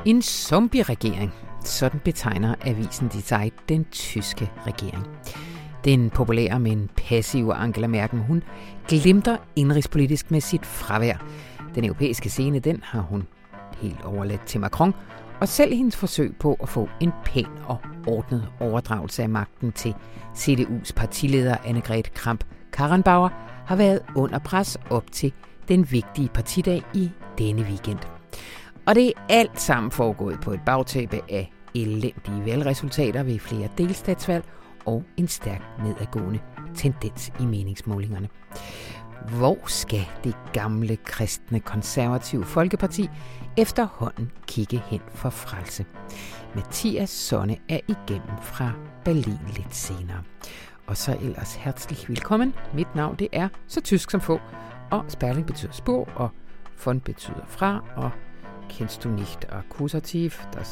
En zombie-regering. Sådan betegner avisen Die Zeit den tyske regering. Den populære, men passive Angela Merkel, hun glimter indrigspolitisk med sit fravær. Den europæiske scene, den har hun helt overladt til Macron, og selv hendes forsøg på at få en pæn og ordnet overdragelse af magten til CDU's partileder Annegret Kramp-Karrenbauer har været under pres op til den vigtige partidag i denne weekend. Og det er alt sammen foregået på et bagtæppe af elendige valgresultater ved flere delstatsvalg og en stærk nedadgående tendens i meningsmålingerne. Hvor skal det gamle kristne konservative Folkeparti efterhånden kigge hen for frelse? Mathias Sonne er igennem fra Berlin lidt senere. Og så ellers herzlich willkommen. Mit navn det er så tysk som få, og Sperling betyder spor, og von betyder fra, og kennst du nicht akkusativ,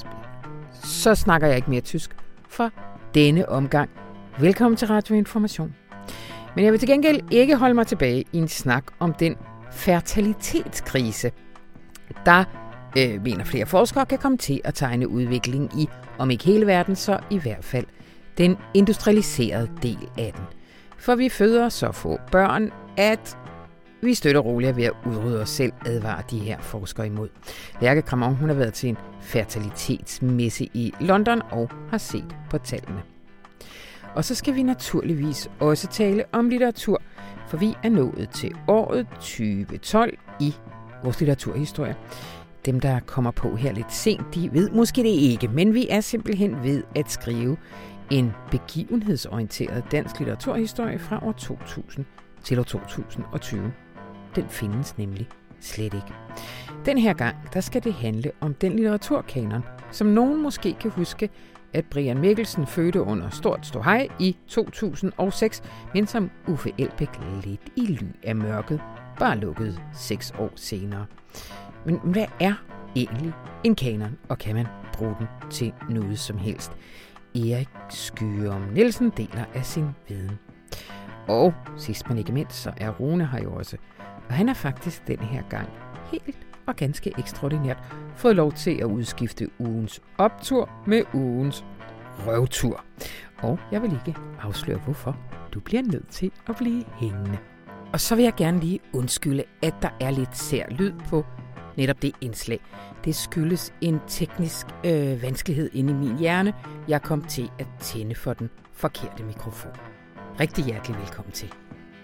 så snakker jeg ikke mere tysk for denne omgang. Velkommen til Radio Information. Men jeg vil til gengæld ikke holde mig tilbage i en snak om den fertilitetskrise, der mener flere forskere kan komme til at tegne udvikling i, om ikke hele verden, så i hvert fald den industrialiserede del af den. For vi føder så få børn, at vi støtter roligt ved at udrydde os selv, advarer de her forskere imod. Lærke Kramon, hun har været til en fertilitetsmesse i London og har set på tallene. Og så skal vi naturligvis også tale om litteratur, for vi er nået til året 2012 i vores litteraturhistorie. Dem, der kommer på her lidt sent, de ved måske det ikke, men vi er simpelthen ved at skrive en begivenhedsorienteret dansk litteraturhistorie fra år 2000 til år 2020. Den findes nemlig slet ikke. Den her gang, der skal det handle om den litteraturkanon, som nogen måske kan huske, at Brian Mikkelsen fødte under stort ståhej i 2006, men som Uffe Elbæk lidt i ly af mørket bare lukkede 6 år senere. Men hvad er egentlig en kanon, og kan man bruge den til noget som helst? Erik Skyum Nielsen deler af sin viden. Og sidst men ikke mindst, så er Rune her jo også. Og han er faktisk denne her gang helt og ganske ekstraordinært fået lov til at udskifte ugens optur med ugens røvtur. Og jeg vil ikke afsløre hvorfor. Du bliver nødt til at blive hængende. Og så vil jeg gerne lige undskylde, at der er lidt sær lyd på netop det indslag. Det skyldes en teknisk vanskelighed inde i min hjerne. Jeg kom til at tænde for den forkerte mikrofon. Rigtig hjertelig velkommen til.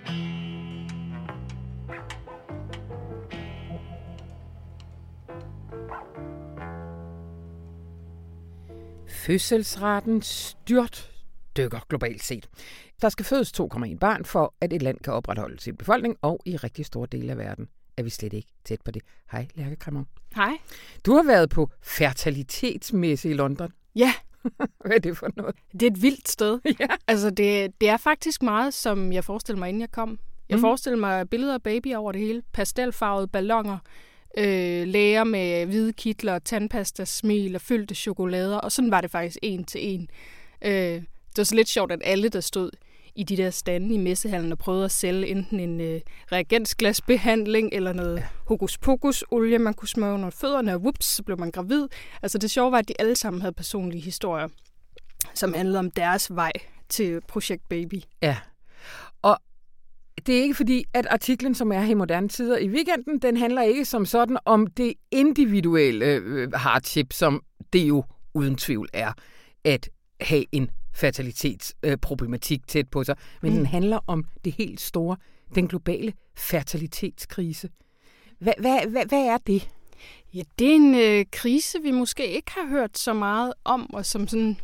Fødselsraten styrtdykker globalt set. Der skal fødes 2,1 barn for, at et land kan opretholde sin befolkning, og i rigtig store dele af verden er vi slet ikke tæt på det. Hej, Lærke Kramon. Hej. Du har været på fertilitetsmesse i London. Ja. Hvad er det for noget? Det er et vildt sted. Ja. Altså, det er faktisk meget, som jeg forestillede mig, inden jeg kom. Jeg forestillede mig billeder af babyer over det hele. Pastelfarvede balloner, læger med hvide kitler, tandpasta, smil og fyldte chokolader. Og sådan var det faktisk en til en. Det var så lidt sjovt, at alle, der stod i de der stande i messehallen og prøvede at sælge enten en reagensglasbehandling eller noget hokus pokus olie, man kunne smøre under fødderne, og whoops, så blev man gravid. Altså det sjove var, at de alle sammen havde personlige historier, som handlede om deres vej til Projekt Baby. Ja, og det er ikke fordi, at artiklen, som er her i Moderne Tider i weekenden, den handler ikke som sådan om det individuelle hardship, som det jo uden tvivl er at have en fertilitetsproblematik tæt på sig, men den handler om det helt store, den globale fertilitetskrise. Hvad er det? Ja, det er en krise, vi måske ikke har hørt så meget om, og som sådan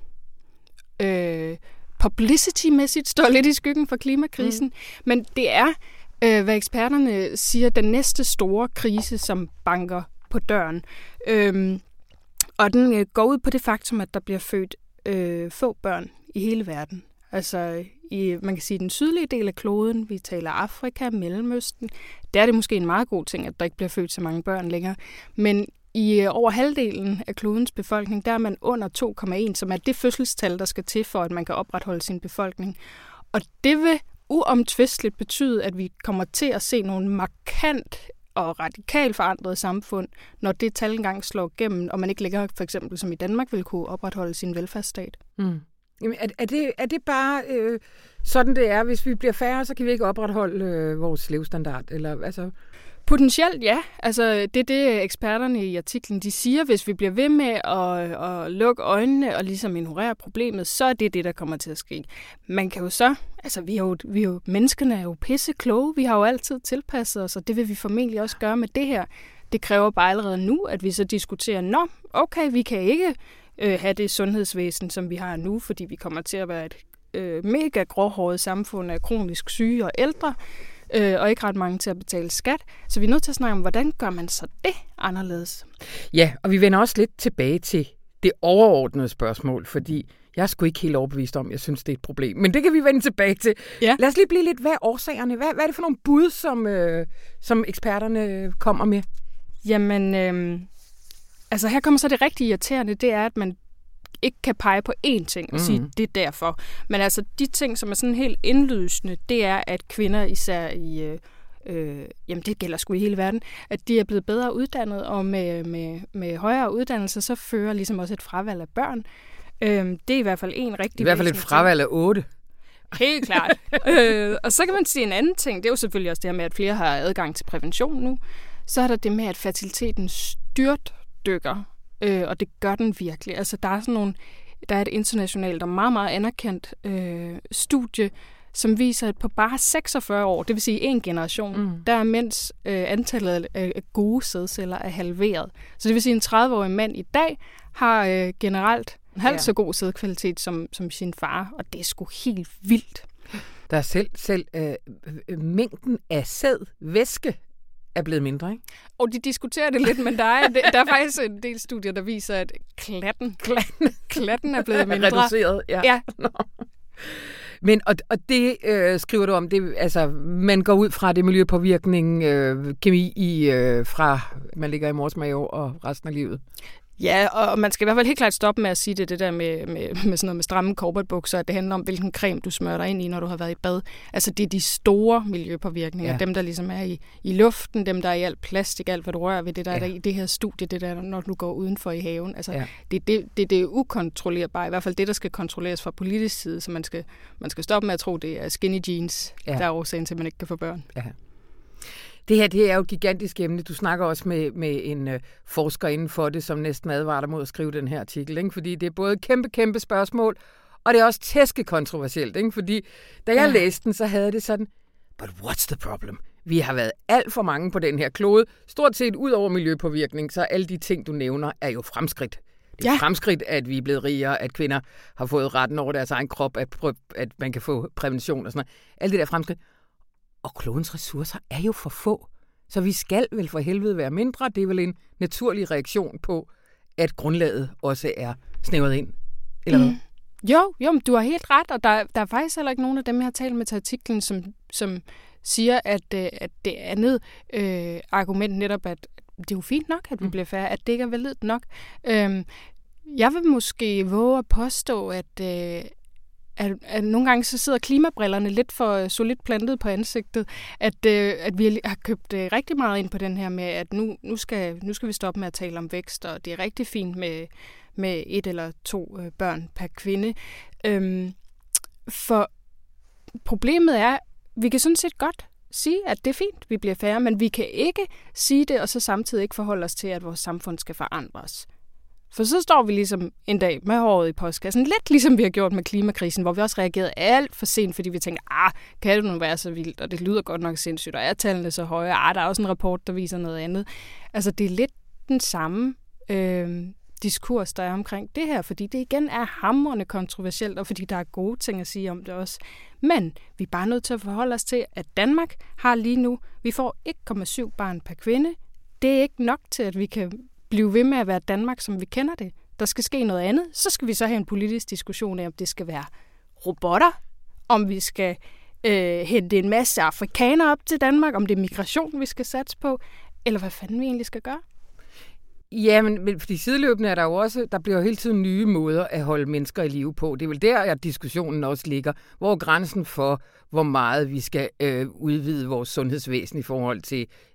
publicity-mæssigt står lidt i skyggen for klimakrisen. Men det er, hvad eksperterne siger, den næste store krise, som banker på døren. Og den går ud på det faktum, at der bliver født få børn i hele verden. Altså man kan sige den sydlige del af kloden, vi taler Afrika, Mellemøsten, der er det måske en meget god ting, at der ikke bliver født så mange børn længere. Men i over halvdelen af klodens befolkning, der er man under 2,1, som er det fødselstal, der skal til for, at man kan opretholde sin befolkning. Og det vil uomtvisteligt betyde, at vi kommer til at se nogle markant og radikalt forandret samfund, når det tal engang slår igennem, og man ikke længere, for eksempel som i Danmark, vil kunne opretholde sin velfærdsstat. Mm. Jamen, er det bare sådan det er? Hvis vi bliver færre, så kan vi ikke opretholde vores levestandard? Eller, altså... Potentielt ja. Altså, det er det, eksperterne i artiklen de siger. Hvis vi bliver ved med at lukke øjnene og ligesom ignorere problemet, så er det det, der kommer til at ske. Man kan jo så... Altså, menneskene er jo pisse kloge. Vi har jo altid tilpasset os, og det vil vi formentlig også gøre med det her. Det kræver bare allerede nu, at vi så diskuterer, okay, vi kan ikke have det sundhedsvæsen, som vi har nu, fordi vi kommer til at være et mega gråhåret samfund af kronisk syge og ældre, og ikke ret mange til at betale skat. Så vi er nødt til at snakke om, hvordan gør man så det anderledes? Ja, og vi vender også lidt tilbage til det overordnede spørgsmål, fordi jeg er sgu ikke helt overbevist om, jeg synes, det er et problem. Men det kan vi vende tilbage til. Ja. Lad os lige blive lidt, hvad er årsagerne? Hvad er det for nogle bud, som eksperterne kommer med? Jamen, altså her kommer så det rigtig irriterende, det er, at man ikke kan pege på én ting og sige, det er derfor. Men altså, de ting, som er sådan helt indlysende, det er, at kvinder især i, jamen det gælder sgu i hele verden, at de er blevet bedre uddannet, og med højere uddannelse, så fører ligesom også et fravalg af børn. Det er i hvert fald en rigtig... I hvert fald et fravalg af 8. Helt klart. Og så kan man sige en anden ting, det er jo selvfølgelig også det her med, at flere har adgang til prævention nu. Så er der det med, at fertiliteten styrtdykker, og det gør den virkelig. Altså, der er et internationalt og meget, meget anerkendt studie, som viser, at på bare 46 år, det vil sige en generation, der er mænds antallet af gode sædceller er halveret. Så det vil sige, at en 30-årig mand i dag har generelt halvt så god sædkvalitet som sin far, og det er sgu helt vildt. Der er selv mængden af sædvæske er blevet mindre, ikke? Og de diskuterer det lidt, men der er faktisk en del studier, der viser, at klatten er blevet mindre. Reduceret, ja. Men, og det skriver du om, det, altså, man går ud fra det miljøpåvirkning, kemi fra man ligger i mors mave og resten af livet. Ja, og man skal i hvert fald helt klart stoppe med at sige det der med sådan noget med stramme corporate-bukser, at det handler om, hvilken creme du smører dig ind i, når du har været i bad. Altså det er de store miljøpåvirkninger, dem der ligesom er i luften, dem der er i alt plastik, alt hvad du rører ved, det der er der i det her studie, det der når du går udenfor i haven. Altså det er ukontrollerbart, i hvert fald det, der skal kontrolleres fra politisk side, så man skal stoppe med at tro, det er skinny jeans, der er årsagen til, at man ikke kan få børn. Ja. Det her, det er jo et gigantisk emne. Du snakker også med en forsker inden for det, som næsten advarer dig mod at skrive den her artikel, ikke? Fordi det er både et kæmpe spørgsmål, og det er også tæskekontroversielt, ikke? Fordi da jeg læste den, så havde det sådan, but what's the problem? Vi har været alt for mange på den her klode. Stort set ud over miljøpåvirkning, så alle de ting, du nævner, er jo fremskridt. Det er fremskridt, at vi er blevet rigere, at kvinder har fået retten over deres egen krop, at man kan få prævention og sådan noget. Alt det der fremskridt. Og klodens ressourcer er jo for få. Så vi skal vel for helvede være mindre. Det er vel en naturlig reaktion på, at grundlaget også er snævret ind. Eller hvad? Jo, men du har helt ret. Og der er faktisk heller ikke nogen af dem, jeg har talt med til artiklen, som siger, at det andet argument netop, at det er jo fint nok, at vi bliver færre, at det ikke er validt nok. Jeg vil måske våge at påstå, at nogle gange så sidder klimabrillerne lidt for solidt plantet på ansigtet, at vi har købt rigtig meget ind på den her med, at nu skal vi stoppe med at tale om vækst, og det er rigtig fint med 1 eller 2 børn per kvinde. For problemet er, vi kan sådan set godt sige, at det er fint, vi bliver færre, men vi kan ikke sige det, og så samtidig ikke forholde os til, at vores samfund skal forandres. For så står vi ligesom en dag med håret i postkassen, lidt ligesom vi har gjort med klimakrisen, hvor vi også reagerede alt for sent, fordi vi tænker, kan det nu være så vildt, og det lyder godt nok sindssygt, og er tallene så høje, der er også en rapport, der viser noget andet. Altså det er lidt den samme diskurs, der er omkring det her, fordi det igen er hamrende kontroversielt, og fordi der er gode ting at sige om det også. Men vi er bare nødt til at forholde os til, at Danmark har lige nu, vi får 1,7 barn per kvinde. Det er ikke nok til, at vi kan blive ved med at være Danmark, som vi kender det. Der skal ske noget andet. Så skal vi så have en politisk diskussion af, om det skal være robotter, om vi skal hente en masse afrikanere op til Danmark, om det er migration, vi skal satse på, eller hvad fanden vi egentlig skal gøre. Ja, men fordi sideløbende er der jo også, der bliver jo hele tiden nye måder at holde mennesker i live på. Det er vel der, at diskussionen også ligger. Hvor er grænsen for, hvor meget vi skal udvide vores sundhedsvæsen i forhold til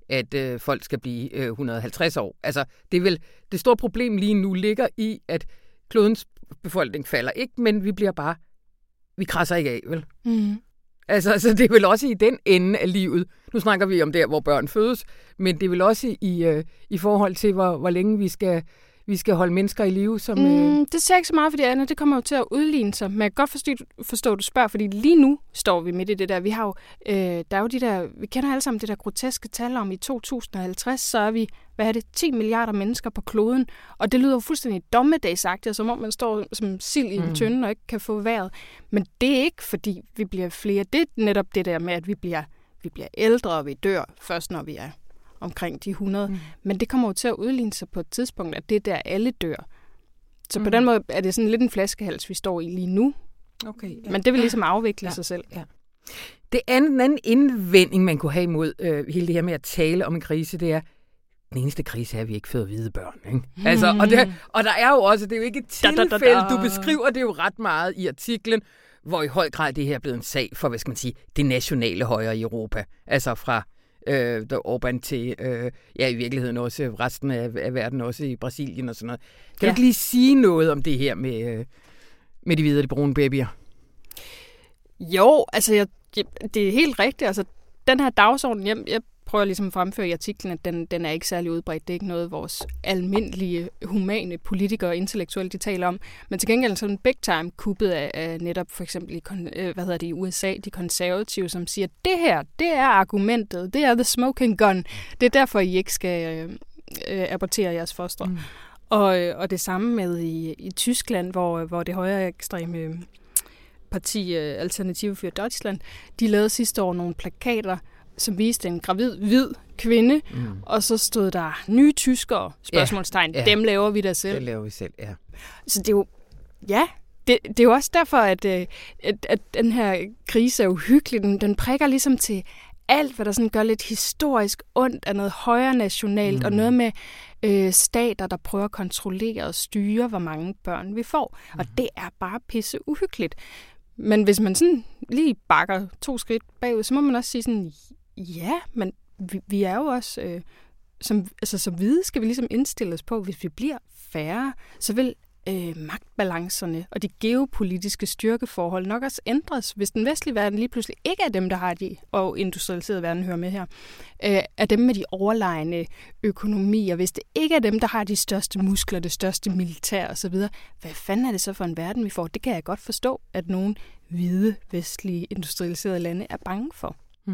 at folk skal blive 150 år. Altså, det er vel det store problem lige nu ligger i, at klodens befolkning falder ikke, men vi krasser ikke af, vel? Mm. Altså, det er vel også i den ende af livet. Nu snakker vi om der, hvor børn fødes, men det er vel også i forhold til, hvor længe vi skal holde mennesker i live. Som, Det ser ikke så meget, fordi Anna, det kommer jo til at udligne sig. Men jeg kan godt forstå, at du spørger, fordi lige nu står vi midt i det der. Vi har jo, der er jo de der, vi kender alle sammen det der groteske tal om, i 2050, så er vi, 10 milliarder mennesker på kloden. Og det lyder jo fuldstændig dommedagsagtigt, som om man står som sild i en tønde og ikke kan få vejret. Men det er ikke, fordi vi bliver flere. Det er netop det der med, at vi bliver ældre, og vi dør først, når vi er omkring de 100. Men det kommer jo til at udligne sig på et tidspunkt, at det er der alle dør. Så på den måde er det sådan lidt en flaskehals, vi står i lige nu. Okay, ja. Men det vil ligesom afvikle sig selv. Ja. Den anden indvending, man kunne have imod hele det her med at tale om en krise, det er, den eneste krise er, at vi ikke føder hvide børn. Ikke? Altså, og der er jo også, det er jo ikke et tilfælde, du beskriver det jo ret meget i artiklen, hvor i høj grad det her er blevet en sag for, hvad skal man sige, det nationale højre i Europa. Altså fra Orbán til, i virkeligheden også resten af verden, også i Brasilien og sådan noget. Kan du ikke lige sige noget om det her med de hvide og de brune babyer? Jo, altså det er helt rigtigt. Altså, den her dagsorden, jeg prøver ligesom at fremføre i artiklen, at den er ikke særlig udbredt. Det er ikke noget, vores almindelige, humane politikere og intellektuelle, de taler om. Men til gengæld sådan en big time kuppet af netop for eksempel i USA, de konservative, som siger, det her, det er argumentet, det er the smoking gun. Det er derfor, I ikke skal abortere jeres fostre. Mm. Og det samme med i Tyskland, hvor det højere ekstreme parti Alternative für Deutschland, de lavede sidste år nogle plakater, som viste en gravid, hvid kvinde, og så stod der nye tyskere, spørgsmålstegn, dem laver vi da selv. Det laver vi selv, ja. Så det er jo, det er jo også derfor, at den her krise er uhyggelig. Den prikker ligesom til alt, hvad der sådan gør lidt historisk ondt af noget højere nationalt, og noget med stater, der prøver at kontrollere og styre, hvor mange børn vi får. Og det er bare pisse uhyggeligt. Men hvis man sådan lige bakker 2 skridt bagud, så må man også sige sådan, ja, men vi er jo også, som hvide skal vi ligesom indstille os på, hvis vi bliver færre, så vil magtbalancerne og de geopolitiske styrkeforhold nok også ændres, hvis den vestlige verden lige pludselig ikke er dem, der har de, og industrialiserede verden hører med her, er dem med de overlegne økonomier, hvis det ikke er dem, der har de største muskler, det største militær osv., hvad fanden er det så for en verden, vi får? Det kan jeg godt forstå, at nogle hvide, vestlige, industrialiserede lande er bange for.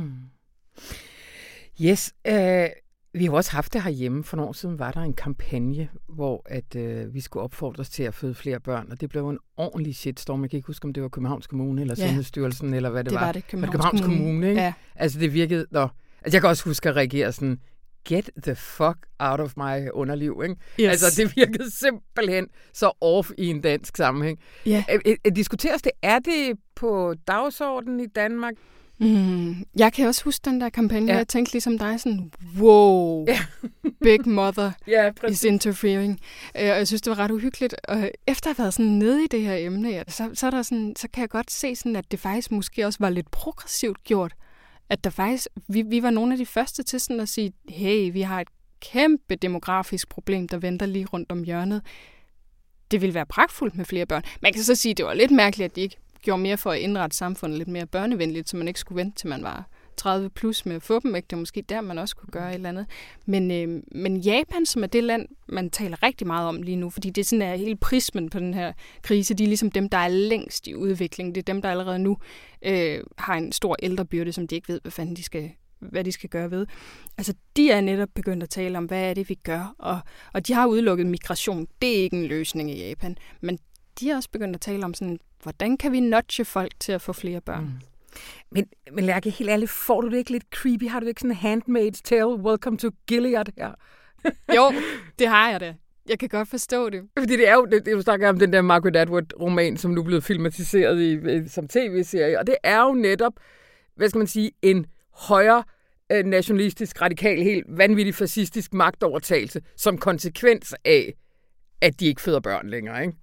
Yes, vi har også haft det herhjemme. For nogle år siden var der en kampagne, hvor vi skulle opfordres til at føde flere børn, og det blev en ordentlig shitstorm. Jeg kan ikke huske, om det var Københavns Kommune eller Sundhedsstyrelsen, eller hvad det var. Det Københavns Kommune, ikke? Ja. Altså det virkede, jeg kan også huske at reagere sådan, get the fuck out of my underliv, ikke? Yes. Altså det virkede simpelthen så off i en dansk sammenhæng. Yeah. Diskuteres det, er det på dagsordenen i Danmark? Jeg kan også huske den der kampagne, jeg tænkte ligesom dig sådan, wow, big mother is interfering. Og jeg synes, det var ret uhyggeligt. Og efter at have været sådan nede i det her emne, så er der sådan, så kan jeg godt se sådan, at det faktisk måske også var lidt progressivt gjort. At der faktisk, vi var nogle af de første til sådan at sige, hey, vi har et kæmpe demografisk problem, der venter lige rundt om hjørnet. Det ville være pragtfuldt med flere børn. Man kan så sige, at det var lidt mærkeligt, at de ikke gjorde mere for at indrette samfundet lidt mere børnevenligt, så man ikke skulle vente til man var 30 plus med at få dem. Ikke? Det er måske der, man også kunne gøre et eller andet. Men Japan, som er det land, man taler rigtig meget om lige nu, fordi det er sådan er hele prismen på den her krise, de er ligesom dem, der er længst i udviklingen. Det er dem, der allerede nu har en stor ældrebyrde, som de ikke ved, hvad de skal gøre ved. Altså, de er netop begyndt at tale om, hvad er det, vi gør, og de har udelukket migration. Det er ikke en løsning i Japan, men de har også begyndt at tale om sådan, hvordan kan vi nudge folk til at få flere børn? Men Lærke, helt ærligt, får du det ikke lidt creepy? Har du ikke sådan en Handmaid's Tale, welcome to Gilead her? Jo, det har jeg da. Jeg kan godt forstå det. Fordi det er jo, du snakker om den der Margaret Atwood-roman, som nu er blevet filmatiseret som tv-serie, og det er jo netop, hvad skal man sige, en højre nationalistisk, radikal, helt vanvittig fascistisk magtovertagelse, som konsekvens af, at de ikke føder børn længere, ikke? Jo.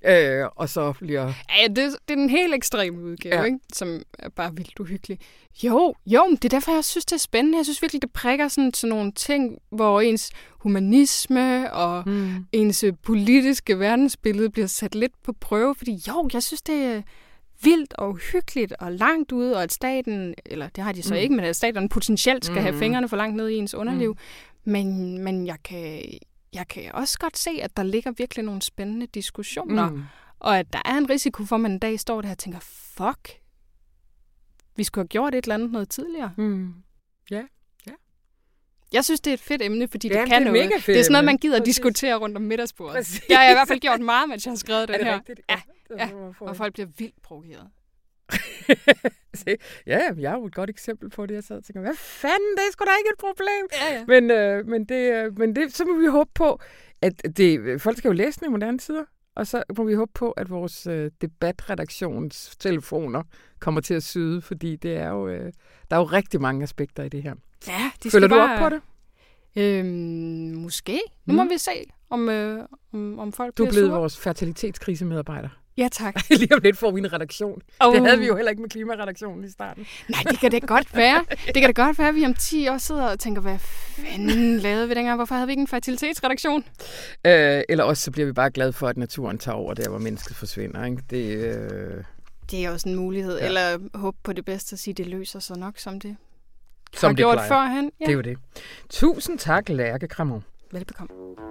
Og så bliver... Ja, det er den helt ekstreme udgave, ikke? Som er bare vildt uhyggelig. Jo, men det er derfor, jeg synes, det er spændende. Jeg synes virkelig, det prikker sådan nogle ting, hvor ens humanisme og ens politiske verdensbillede bliver sat lidt på prøve. Fordi jeg synes, det er vildt og uhyggeligt og langt ude, og at staten, eller det har de så ikke, men at staten potentielt skal have fingrene for langt ned i ens underliv. Men jeg kan også godt se, at der ligger virkelig nogle spændende diskussioner, og at der er en risiko for, at man en dag står der og tænker, fuck, vi skulle have gjort et eller andet noget tidligere. Ja. Jeg synes, det er et fedt emne, fordi det kan noget. Det er sådan noget, man gider at diskutere rundt om middagsbordet. Præcis. Det har jeg i hvert fald gjort meget, mens jeg har skrevet den her. Rigtigt? Ja. Og folk bliver vildt provokeret. Ja, jeg er jo et godt eksempel på det. Jeg sad og tænker, hvad fanden, det er sgu da ikke et problem. Ja. Men det, så må vi håbe på, at folk skal jo læse den i moderne tider, og så må vi håbe på, at vores debatredaktionstelefoner kommer til at syde, fordi det er jo, der er jo rigtig mange aspekter i det her. Ja, Følger du op på det? Måske. Nu må vi se, om folk bliver Du er blevet sure. vores fertilitetskrisemedarbejder. Ja, tak. Lige om lidt får vi en redaktion. Det havde vi jo heller ikke med klimaredaktionen i starten. Nej, det kan det godt være. Det kan da godt være, at vi om 10 år sidder og tænker, hvad fanden lavede vi dengang? Hvorfor havde vi ikke en fertilitetsredaktion? Eller også så bliver vi bare glade for, at naturen tager over der, hvor mennesket forsvinder. Ikke? Det er også en mulighed. Ja. Eller håbe på det bedste at sige, at det løser sig nok, som det som har det gjort plejer. førhen. Ja. Det er jo det. Tusind tak, Lærke Kramon. Velbekomme.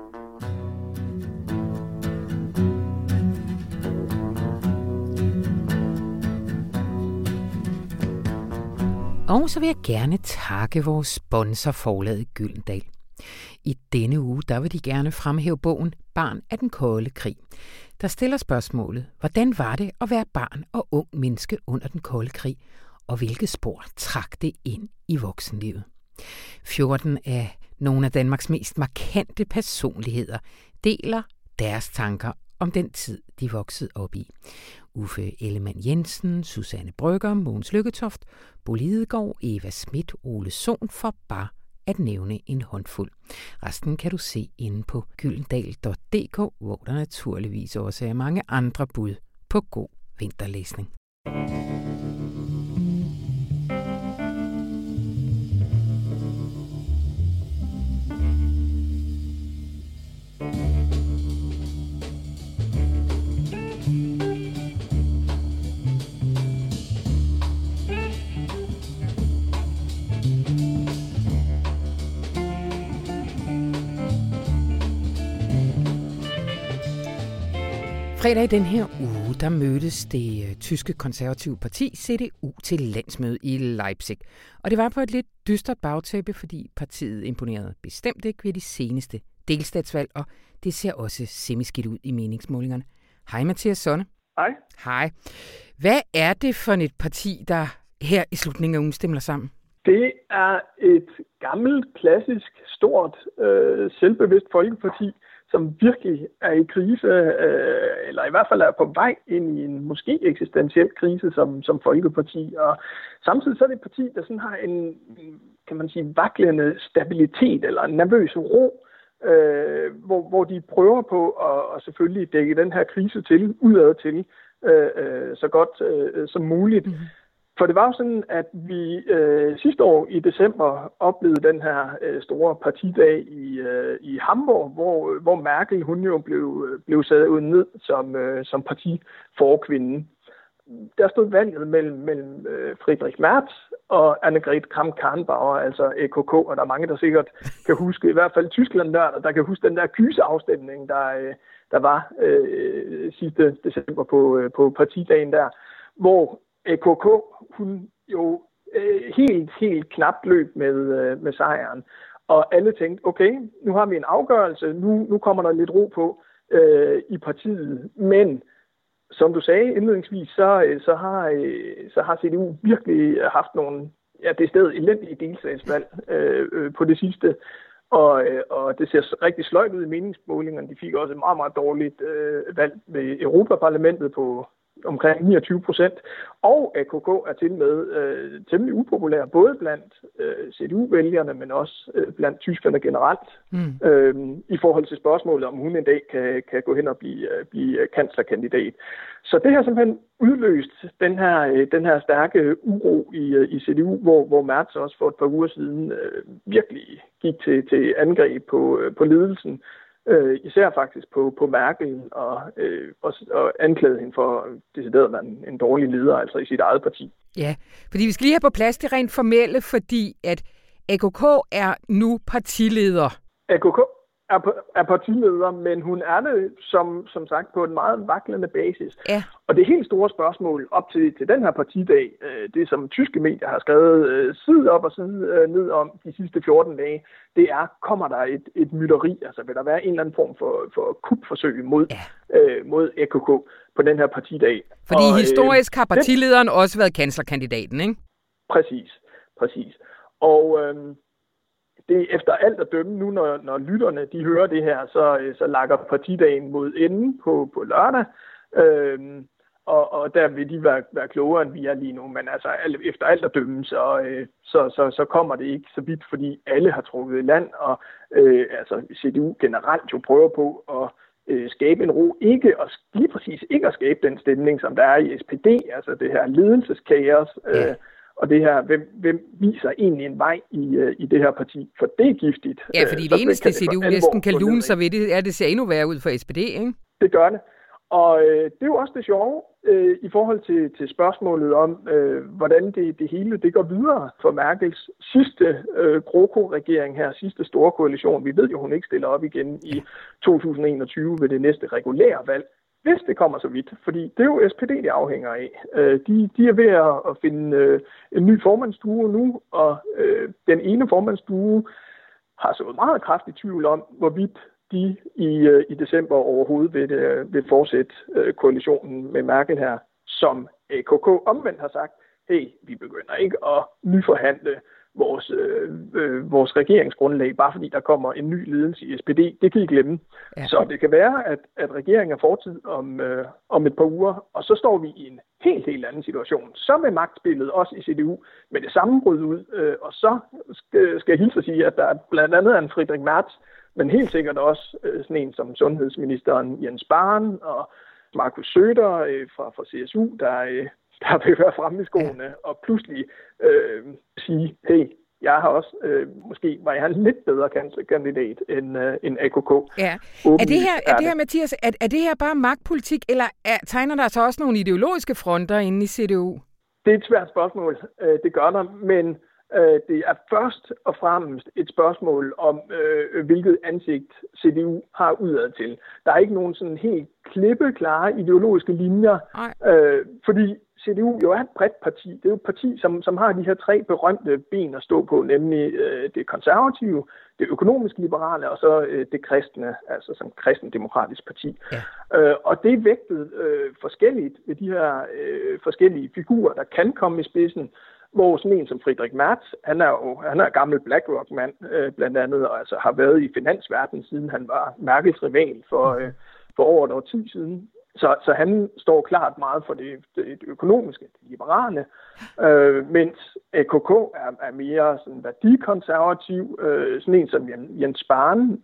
Og så vil jeg gerne takke vores sponsor forlaget Gyldendal. I denne uge, der vil de gerne fremhæve bogen Barn af den kolde krig, der stiller spørgsmålet, hvordan var det at være barn og ung menneske under den kolde krig, og hvilke spor trak det ind i voksenlivet. 14 af nogle af Danmarks mest markante personligheder deler deres tanker om den tid, de voksede op i. Uffe Ellemann Jensen, Susanne Brøgger, Mogens Lykketoft, Bo Lidegaard, Eva Schmidt, Ole Sohn, for bare at nævne en håndfuld. Resten kan du se inde på gyldendal.dk, hvor der naturligvis også er mange andre bud på god vinterlæsning. Fredag i den her uge, der mødtes det tyske konservative parti CDU til landsmøde i Leipzig. Og det var på et lidt dystert bagtæppe, fordi partiet imponerede bestemt ikke ved de seneste delstatsvalg, og det ser også semiskidt ud i meningsmålingerne. Hej Mathias Sonne. Hej. Hej. Hvad er det for et parti, der her i slutningen af ugen stemmer sammen? Det er et gammelt, klassisk, stort, selvbevidst folkeparti, som virkelig er i krise, eller i hvert fald er på vej ind i en måske eksistentiel krise som folkeparti. Og samtidig så er det et parti, der sådan har en, kan man sige, vaklende stabilitet eller en nervøs ro, hvor de prøver på at selvfølgelig dække den her krise til, udad til, så godt som muligt. Mm-hmm. For det var jo sådan, at vi sidste år i december oplevede den her store partidag i Hamburg, hvor Merkel hun jo blev sat ud ned som partiforkvinde. Der stod valget mellem Friedrich Merz og Annegret Kramp-Karrenbauer, altså EKK, og der er mange, der sikkert kan huske, i hvert fald Tyskland-nørder, der kan huske den der kyseafstemning, der var sidste december på partidagen der, hvor EKK, hun jo helt knapt løb med sejren. Og alle tænkte, okay, nu har vi en afgørelse, nu kommer der lidt ro på i partiet. Men som du sagde indledningsvis, så har CDU virkelig haft nogle, det stedet elendige delstatsvalg på det sidste. Og det ser rigtig sløjt ud i meningsmålingerne. De fik også et meget, meget dårligt valg ved Europaparlamentet på omkring 29%. Og AKK er til med temmelig upopulær, både blandt CDU-vælgerne, men også blandt tyskerne generelt, i forhold til spørgsmålet, om hun en dag kan gå hen og blive kanslerkandidat. Så det har simpelthen udløst den her stærke uro i CDU, hvor Merz også for et par uger siden virkelig gik til angreb på ledelsen. Især faktisk på Merkel og anklagede hende for decideret at være en dårlig leder, altså i sit eget parti. Ja, fordi vi skal lige have på plads det rent formelle, fordi at AKK er nu partileder. AKK er partileder, men hun er det som sagt på en meget vaklende basis. Ja. Og det helt store spørgsmål op til den her partidag, det som tyske medier har skrevet side op og side ned om de sidste 14 dage, det er, kommer der et mytteri, altså vil der være en eller anden form for kupforsøg mod AKK på den her partidag. Fordi historisk har partilederen også været kanslerkandidaten, ikke? Præcis. Og det efter alt at dømme nu, når lytterne de hører det her, så lakker partidagen mod enden på lørdag. Og der vil de være klogere, end vi er lige nu. Men altså, efter alt at dømme, så kommer det ikke så vidt, fordi alle har trukket i land, og altså CDU generelt jo prøver på at skabe en ro, lige præcis ikke at skabe den stemning, som der er i SPD, altså det her ledelseskaos, og det her, hvem viser egentlig en vej i det her parti, for det er giftigt. Ja, fordi det eneste CDU næsten kan lune sig ved det, er, at det ser endnu værre ud for SPD, ikke? Det gør det. Og det er jo også det sjove i forhold til spørgsmålet om, hvordan det hele det går videre for Merkels sidste GroKo-regering her, sidste store koalition. Vi ved jo, hun ikke stiller op igen i 2021 ved det næste regulære valg, hvis det kommer så vidt. Fordi det er jo SPD, det afhænger af. De er ved at finde en ny formandsstue nu, og den ene formandsstue har så meget kraftig tvivl om, hvorvidt de i december overhovedet vil fortsætte koalitionen med Merkel her, som AKK omvendt har sagt, hey, vi begynder ikke at nyforhandle vores regeringsgrundlag, bare fordi der kommer en ny ledelse i SPD. Det kan I glemme. Ja. Så det kan være, at regeringen er fortid om et par uger, og så står vi i en helt anden situation. Så vil magtspillet også i CDU med det samme brud ud, og så skal jeg hilse at sige, at der blandt andet er en Friedrich Merz, men helt sikkert også sådan en som sundhedsministeren Jens Spahn og Markus Söder fra CSU, der vil være fremme i skoene og pludselig sige, hey, jeg har også, måske var jeg en lidt bedre kandidat end AKK. Ja. Er det her, Mathias, er det her bare magtpolitik, eller tegner der så også nogle ideologiske fronter inde i CDU? Det er et svært spørgsmål, det gør der, men det er først og fremmest et spørgsmål om, hvilket ansigt CDU har udad til. Der er ikke nogen sådan helt klippeklare ideologiske linjer, fordi CDU jo er et bredt parti. Det er jo et parti, som har de her 3 berømte ben at stå på, nemlig det konservative, det økonomisk liberale og så det kristne, altså som kristendemokratisk parti. Ja. Og det er vægtet forskelligt ved de her forskellige figurer, der kan komme i spidsen. Hvor sådan en som Friedrich Merz, han er gammel BlackRock-mand blandt andet, og altså har været i finansverdenen, siden han var Merkels rival for over et årti siden. Så han står klart meget for det økonomiske, det liberale, mens AKK er mere sådan værdikonservativ. Sådan en som Jens Spahn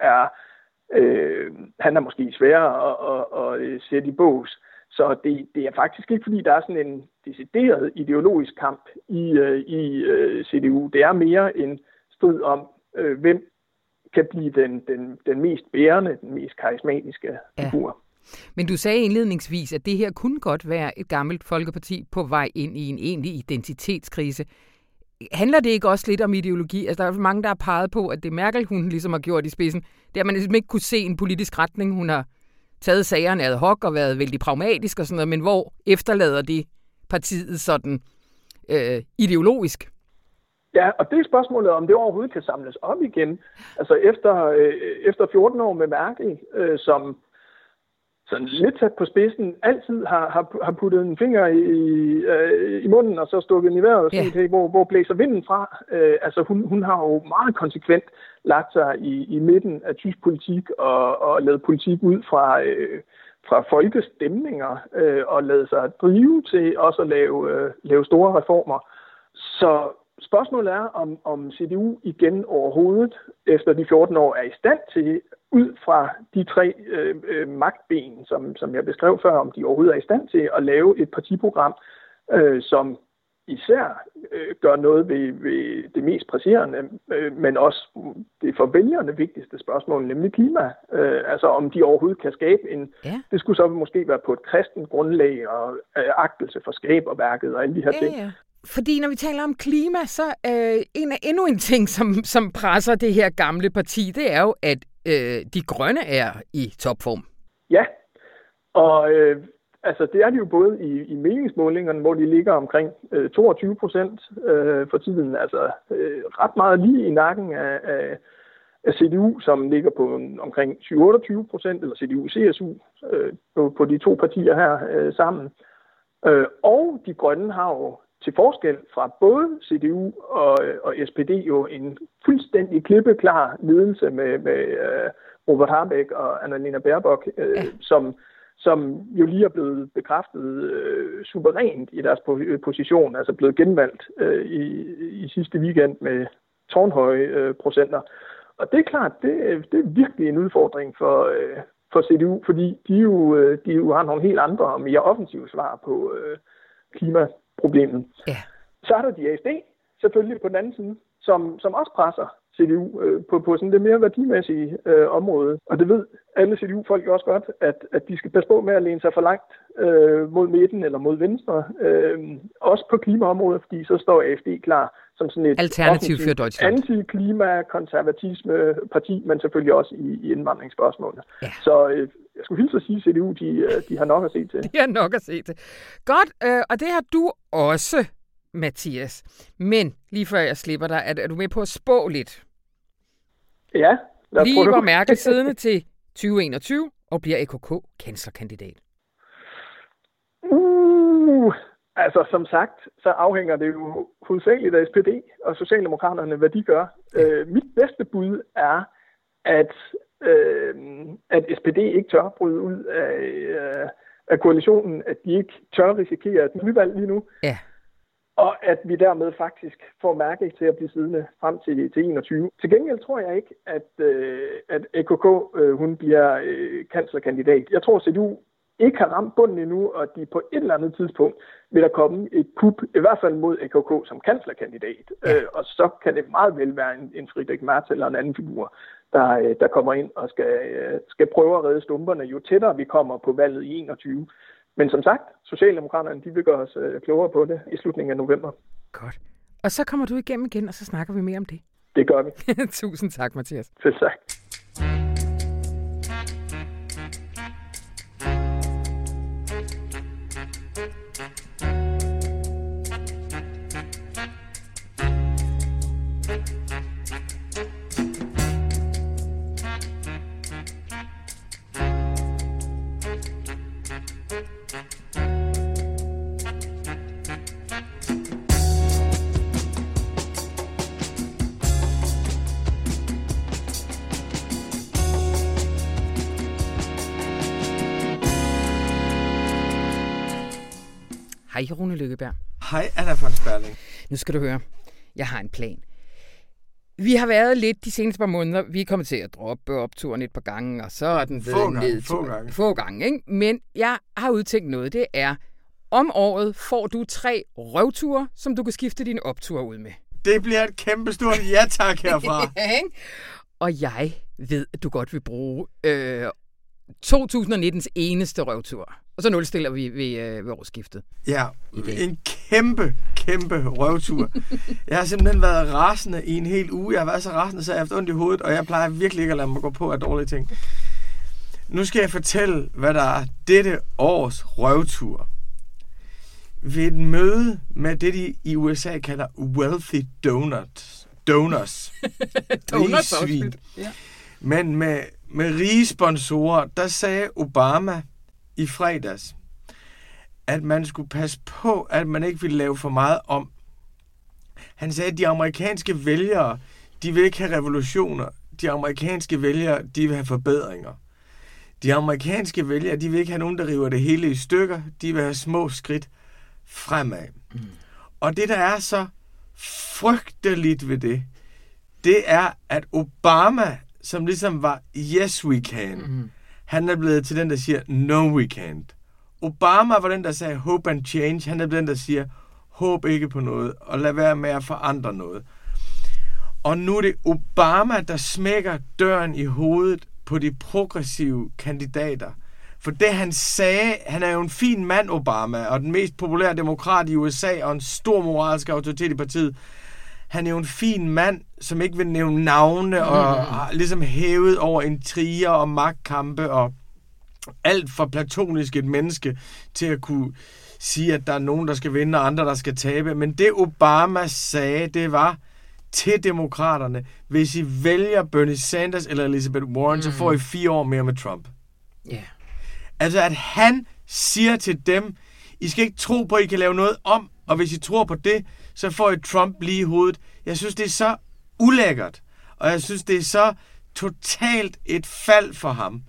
han er måske sværere at sætte i bås. Så det er faktisk ikke, fordi der er sådan en decideret ideologisk kamp i CDU. Det er mere en strid om, hvem kan blive den mest bærende, den mest karismatiske figur. Ja. Men du sagde indledningsvis, at det her kunne godt være et gammelt folkeparti på vej ind i en egentlig identitetskrise. Handler det ikke også lidt om ideologi? Altså, der er mange, der har peget på, at det Merkel, hun ligesom har gjort i spidsen, det har man ligesom ikke kunne se en politisk retning. Hun har taget sagerne ad hoc og været vældig pragmatisk og sådan noget, men hvor efterlader det partiet sådan ideologisk? Ja, og det er spørgsmålet, om det overhovedet kan samles op igen. Altså efter 14 år med Merkel, sådan lidt sat på spidsen, altid har puttet en finger i munden, og så stukket den i vejret og set, hey, hvor blæser vinden fra. Altså hun har jo meget konsekvent lagt sig i midten af tysk politik og lavet politik ud fra folkestemninger og lavet sig drive til også at lave store reformer. Så spørgsmålet er, om CDU igen overhovedet efter de 14 år er i stand til, ud fra de 3 magtben, som jeg beskrev før, om de overhovedet er i stand til at lave et partiprogram, som især gør noget ved det mest presserende, men også det for vælgerne vigtigste spørgsmål, nemlig klima. Altså om de overhovedet kan skabe en... Ja. Det skulle så måske være på et kristent grundlag og agtelse for skaberværket og alle de her ting. Ja. Fordi når vi taler om klima, så endnu en ting, som presser det her gamle parti, det er jo, at de grønne er i topform. Ja, og altså det er de jo både i meningsmålingerne, hvor de ligger omkring 22% for tiden, altså ret meget lige i nakken af CDU, som ligger på omkring 27%, eller CDU-CSU på de 2 partier her sammen. Og de grønne har jo til forskel fra både CDU og SPD jo en fuldstændig klippeklar ledelse med Robert Habeck og Annalena Baerbock, som jo lige er blevet bekræftet suverænt i deres position, altså blevet genvalgt i sidste weekend med tårnhøje procenter. Og det er klart, det er virkelig en udfordring for CDU, fordi de jo har nogle helt andre og mere offensive svar på klimaproblemet. Ja. Så er der de AfD selvfølgelig på den anden side, som også presser CDU på sådan det mere værdimæssige område. Og det ved alle CDU-folk også godt, at de skal passe på med at læne sig for langt mod midten eller mod venstre. Også på klimaområdet, fordi så står AfD klar som sådan et alternativ for Deutschland. Anti-klima-konservatisme parti, men selvfølgelig også i indvandringsspørgsmålet. Ja. Så jeg skulle hilse at sige, at CDU de har nok at se til. De har nok at se til. Godt, og det har du også, Mathias. Men lige før jeg slipper dig, er du med på at spå lidt? Ja. Lige hvor Merkel siddende til 2021 og bliver AKK kanslerkandidat. Altså som sagt, så afhænger det jo hovedsageligt af SPD og Socialdemokraterne, hvad de gør. Mit bedste bud er, at SPD ikke tør bryde ud af koalitionen, at de ikke tør risikere et nyvalg lige nu. Ja. Og at vi dermed faktisk får Merkel til at blive siddende frem til 21. Til gengæld tror jeg ikke, at AKK hun bliver kanslerkandidat. Jeg tror, at CDU ikke har ramt bunden endnu, og de på et eller andet tidspunkt vil der komme et kup, i hvert fald mod AKK som kanslerkandidat. Ja. Og så kan det meget vel være en Friedrich Merz eller en anden figur, der kommer ind og skal prøve at redde stumperne, jo tættere vi kommer på valget i 21. Men som sagt, Socialdemokraterne, de vil gøre os klogere på det i slutningen af november. Godt. Og så kommer du igennem igen, og så snakker vi mere om det. Det gør vi. Tusind tak, Mathias. Selv tak. Hej, Rune Lykkeberg. Hej, Anna von Sperling. Nu skal du høre. Jeg har en plan. Vi har været lidt de seneste par måneder. Vi er kommet til at droppe opturen et par gange, og så er den ned. Få gange, ikke? Men jeg har udtænkt noget. Det er, om året får du 3 røvture, som du kan skifte din optur ud med. Det bliver et kæmpestort ja tak herfra. Og jeg ved, at du godt vil bruge 2019's eneste røvtur. Og så nulstiller vi ved årsskiftet. Ja, en kæmpe røvtur. Jeg har simpelthen været rasende i en hel uge. Jeg har været så rasende, så jeg har haft ondt i hovedet, og jeg plejer virkelig ikke at lade mig gå på af dårlige ting. Nu skal jeg fortælle, hvad der er dette års røvtur. Ved et møde med det, de i USA kalder wealthy donors. Donuts. Ja. Men med rige sponsorer, der sagde Obama, i fredags, at man skulle passe på, at man ikke ville lave for meget om. Han sagde, at de amerikanske vælgere, de vil ikke have revolutioner. De amerikanske vælgere, de vil have forbedringer. De amerikanske vælgere, de vil ikke have nogen, der river det hele i stykker. De vil have små skridt fremad. Og det, der er så frygteligt ved det er, at Obama, som ligesom var yes we can, han er blevet til den, der siger no we can't. Obama var den, der sagde hope and change. Han er den, der siger håb ikke på noget, og lad være med at forandre noget. Og nu er det Obama, der smækker døren i hovedet på de progressive kandidater. For det han sagde, han er jo en fin mand, Obama, og den mest populære demokrat i USA, og en stor moralsk autoritet i partiet. Han er jo en fin mand, som ikke vil nævne navne, og har ligesom hævet over intriger og magtkampe, og alt for platonisk et menneske til at kunne sige, at der er nogen, der skal vinde, og andre, der skal tabe. Men det Obama sagde, det var til demokraterne, hvis I vælger Bernie Sanders eller Elizabeth Warren, så får I 4 år mere med Trump. Yeah. Altså, at han siger til dem, I skal ikke tro på, at I kan lave noget om, og hvis I tror på det, så får I Trump lige i hovedet. Jeg synes, det er så ulækkert, og jeg synes, det er så totalt et fald for ham,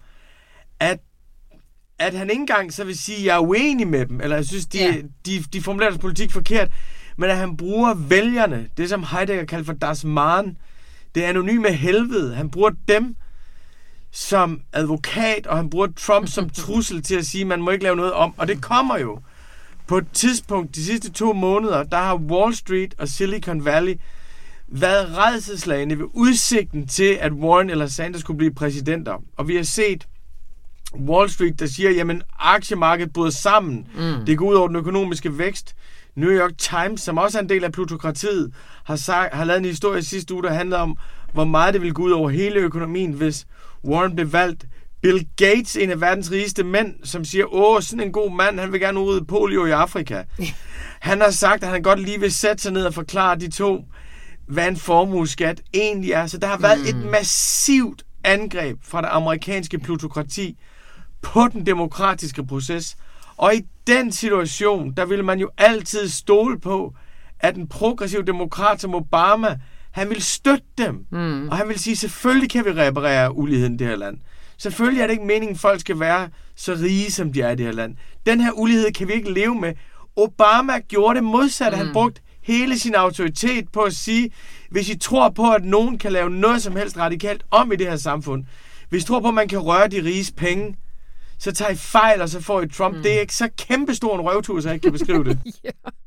at han ikke engang så vil sige, at jeg er uenig med dem, eller jeg synes, de formulerer deres politik forkert, men at han bruger vælgerne, det som Heidegger kalder for das Mann, det anonyme helvede, han bruger dem som advokat, og han bruger Trump som trussel til at sige, at man må ikke lave noget om, og det kommer jo. På et tidspunkt, de sidste 2 måneder, der har Wall Street og Silicon Valley været rædselsslagne ved udsigten til, at Warren eller Sanders kunne blive præsidenter. Og vi har set Wall Street, der siger, jamen aktiemarkedet bryder sammen. Det går ud over den økonomiske vækst. New York Times, som også er en del af plutokratiet, har lavet en historie sidste uge, der handler om, hvor meget det ville gå ud over hele økonomien, hvis Warren blev valgt. Bill Gates, en af verdens rigeste mænd, som siger, sådan en god mand, han vil gerne udrydde polio i Afrika. Han har sagt, at han godt lige vil sætte sig ned og forklare de to, hvad en formueskat egentlig er. Så der har været et massivt angreb fra det amerikanske plutokrati på den demokratiske proces. Og i den situation, der vil man jo altid stole på, at en progressiv demokrat som Obama, han vil støtte dem. Og han vil sige, selvfølgelig kan vi reparere uligheden i det her land. Selvfølgelig er det ikke meningen, at folk skal være så rige, som de er i det her land. Den her ulighed kan vi ikke leve med. Obama gjorde det modsatte. Han brugte hele sin autoritet på at sige, hvis I tror på, at nogen kan lave noget som helst radikalt om i det her samfund, hvis I tror på, at man kan røre de riges penge, så tager I fejl, og så får I Trump. Det er ikke så kæmpestor en røvtur, så jeg ikke kan beskrive det. Ja,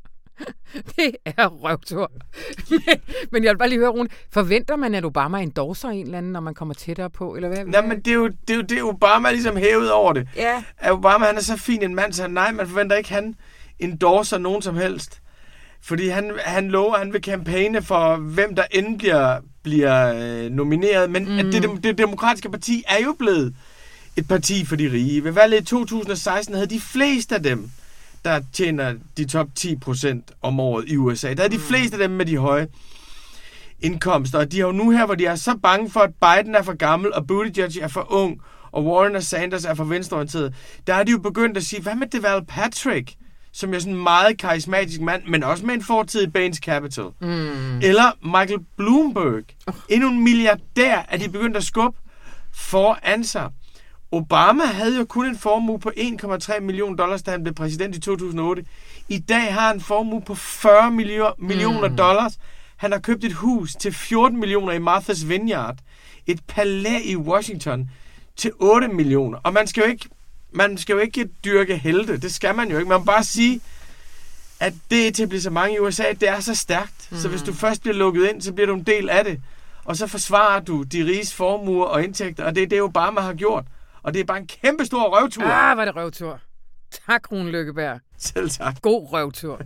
det er røvtur. Men jeg vil bare lige høre, Rune, forventer man, at Obama endorser en eller anden, når man kommer tættere på, eller hvad? Nej, men det er jo det, Obama ligesom hævet over det. Ja. At Obama, han er så fin en mand, så nej, man forventer ikke, han endorser nogen som helst. Fordi han lover, han vil kampagne for, hvem der end bliver nomineret. Men det demokratiske parti er jo blevet et parti for de rige. Ved valget i 2016 havde de fleste af dem, der tjener de top 10% om året i USA. Der er de fleste af dem med de høje indkomster. Og de har jo nu her, hvor de er så bange for, at Biden er for gammel, og Buttigieg er for ung, og Warren og Sanders er for venstreorienteret. Der er de jo begyndt at sige, hvad med Deval Patrick, som er sådan en meget karismatisk mand, men også med en fortid i Baines Capital. Eller Michael Bloomberg. Endnu en milliardær, er de begyndt at skubbe foran sig. Obama havde jo kun en formue på $1,3 million, da han blev præsident i 2008. I dag har han en formue på $40 millioner. Han har købt et hus til 14 millioner i Martha's Vineyard. Et palæ i Washington til 8 millioner. Og man skal jo ikke dyrke helte. Det skal man jo ikke. Man må bare sige, at det etablissement i USA, det er så stærkt. Så hvis du først bliver lukket ind, så bliver du en del af det. Og så forsvarer du de riges formuer og indtægter. Og det er det, Obama har gjort. Og det er bare en kæmpe stor røvtur. Var det røvtur. Tak, Rune Lykkeberg. Selv tak. God røvtur.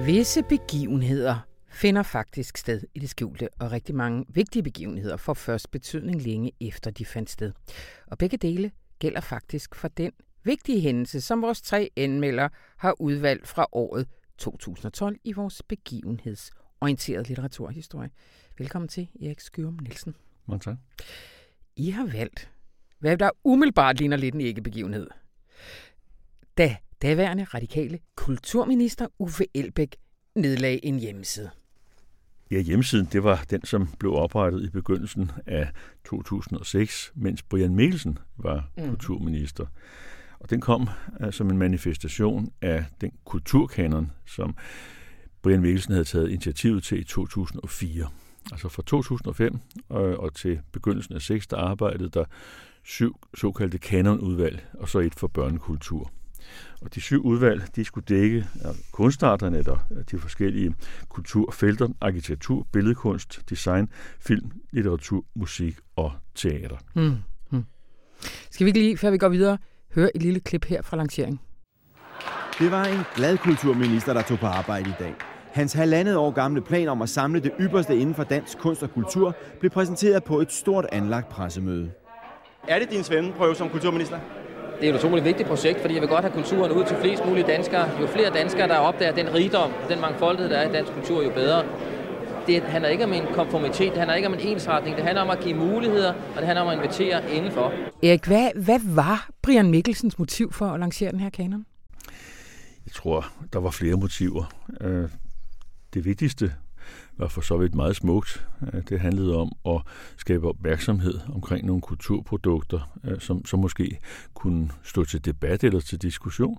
Visse begivenheder finder faktisk sted i det skjulte, og rigtig mange vigtige begivenheder får først betydning længe efter de fandt sted. Og begge dele gælder faktisk for den vigtige hændelse, som vores 3 anmeldere har udvalgt fra året 2012 i vores begivenhedsorienterede litteraturhistorie. Velkommen til, Erik Skyum Nielsen. Mange tak. I har valgt, hvad der umiddelbart ligner lidt en ikke-begivenhed. Da daværende radikale kulturminister Uffe Elbæk nedlagde en hjemmeside. Ja, hjemmesiden, det var den, som blev oprettet i begyndelsen af 2006, mens Brian Mikkelsen var kulturminister. Og den kom som en manifestation af den kulturkanon, som Brian Mikkelsen havde taget initiativet til i 2004. Altså fra 2005 og til begyndelsen af 6, der arbejdede der 7 såkaldte kanonudvalg, og så et for børnekultur. Og de 7 udvalg, de skulle dække kunstarterne eller de forskellige kulturfelter, arkitektur, billedkunst, design, film, litteratur, musik og teater. Skal vi ikke lige, før vi går videre, høre et lille klip her fra lanceringen? Det var en glad kulturminister, der tog på arbejde i dag. Hans 1,5 år gamle plan om at samle det ypperste inden for dansk kunst og kultur blev præsenteret på et stort anlagt pressemøde. Er det din svendeprøve som kulturminister? Det er et utroligt vigtigt projekt, fordi jeg vil godt have kulturen ud til flest mulige danskere. Jo flere danskere, der opdager den rigdom, den mangfoldighed, der er i dansk kultur, jo bedre. Det handler ikke om en konformitet, det handler ikke om en ensretning, det handler om at give muligheder, og det handler om at invitere indenfor. Erik, hvad var Brian Mikkelsens motiv for at lancere den her kanon? Jeg tror, der var flere motiver. Det vigtigste var for så vidt meget smukt. Det handlede om at skabe opmærksomhed omkring nogle kulturprodukter, som måske kunne stå til debat eller til diskussion.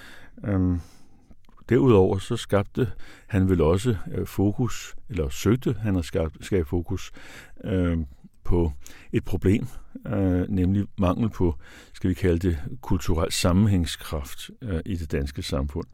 Derudover så skabte han vel også fokus, eller søgte han at skabe fokus på et problem, nemlig mangel på, skal vi kalde det, kulturel sammenhængskraft i det danske samfund.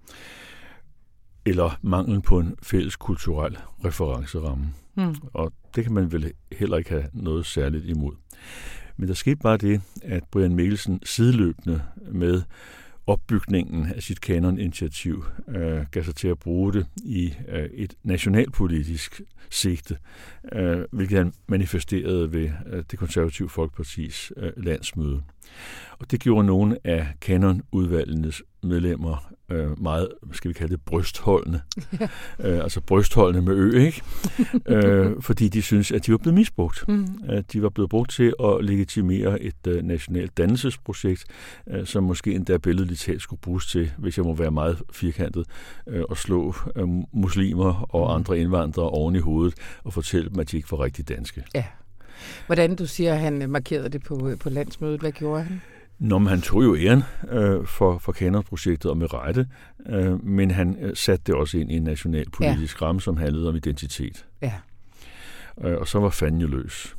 Eller mangel på en fælles kulturel referenceramme. Og det kan man vel heller ikke have noget særligt imod. Men der skete bare det, at Brian Mikkelsen sideløbende med opbygningen af sit kanoninitiativ gav sig til at bruge det i et nationalpolitisk sigte, hvilket han manifesterede ved det konservative Folkepartis landsmøde. Og det gjorde nogle af kanonudvalgenes medlemmer meget, skal vi kalde det, brystholdende. Altså brystholdende med ø, ikke? Fordi de synes, at de var blevet misbrugt. De var blevet brugt til at legitimere et nationalt dannelsesprojekt, som måske endda billedligt talt skulle bruges til, hvis jeg må være meget firkantet, at slå muslimer og andre indvandrere oven i hovedet og fortælle dem, at de ikke var rigtig danske. Ja. Hvordan du siger, at han markerede det på landsmødet? Hvad gjorde han? Han tog jo æren for kanonprojektet og med rette, men han satte det også ind i en nationalpolitisk ramme, som handlede om identitet. Ja. Og så var fanden jo løs.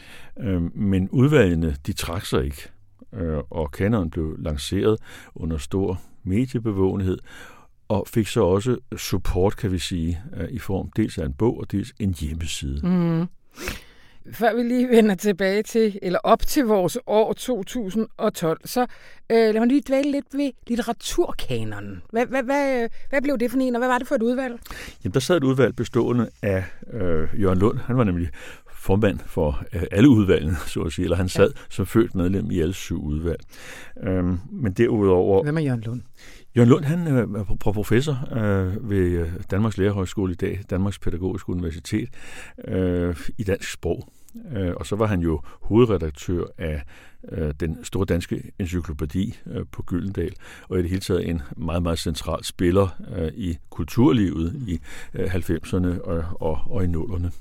Men udvalgene, de trak sig ikke, og kanonen blev lanceret under stor mediebevågenhed, og fik så også support, kan vi sige, i form dels af en bog og dels en hjemmeside. Før vi lige vender tilbage til, eller op til vores år 2012, så lad mig lige dvæle lidt ved litteraturkanonen. Hvad blev det for en, og hvad var det for et udvalg? Jamen, der sad et udvalg bestående af Jørgen Lund. Han var nemlig formand for alle udvalgene, så at sige, eller han sad som født medlem i alle 7 udvalg. Men derudover... Hvem er Jørgen Lund? Jørgen Lund, han er professor ved Danmarks Lærerhøjskole i dag, Danmarks Pædagogiske Universitet, i dansk sprog. Og så var han jo hovedredaktør af den store danske encyklopædi på Gyldendal, og i det hele taget en meget, meget central spiller i kulturlivet i 90'erne og i 00'erne.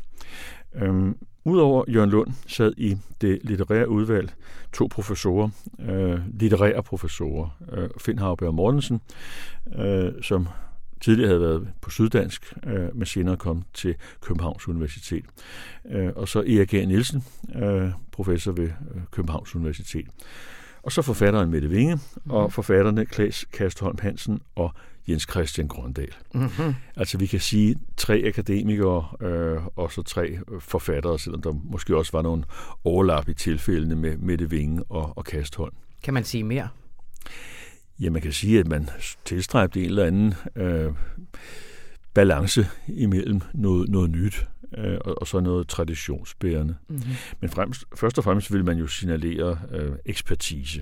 Udover Jørgen Lund sad i det litterære udvalg 2 professorer, litterære professorer, Finn Hauberg Mortensen, som tidligere havde været på Syddansk, men senere kom til Københavns Universitet. Og så Erik A. Nielsen, professor ved Københavns Universitet. Og så forfatteren Mette Winge, og forfatterne Claes Kastholm Hansen og Jens Christian Grøndal. Altså vi kan sige 3 akademikere og så 3 forfattere, selvom der måske også var nogle overlap i tilfældene med Mette Winge og Kastholm. Kan man sige mere? Ja, man kan sige, at man tilstræbte en eller anden balance imellem noget nyt og så noget traditionsbærende. Mm-hmm. Men først og fremmest vil man jo signalere ekspertise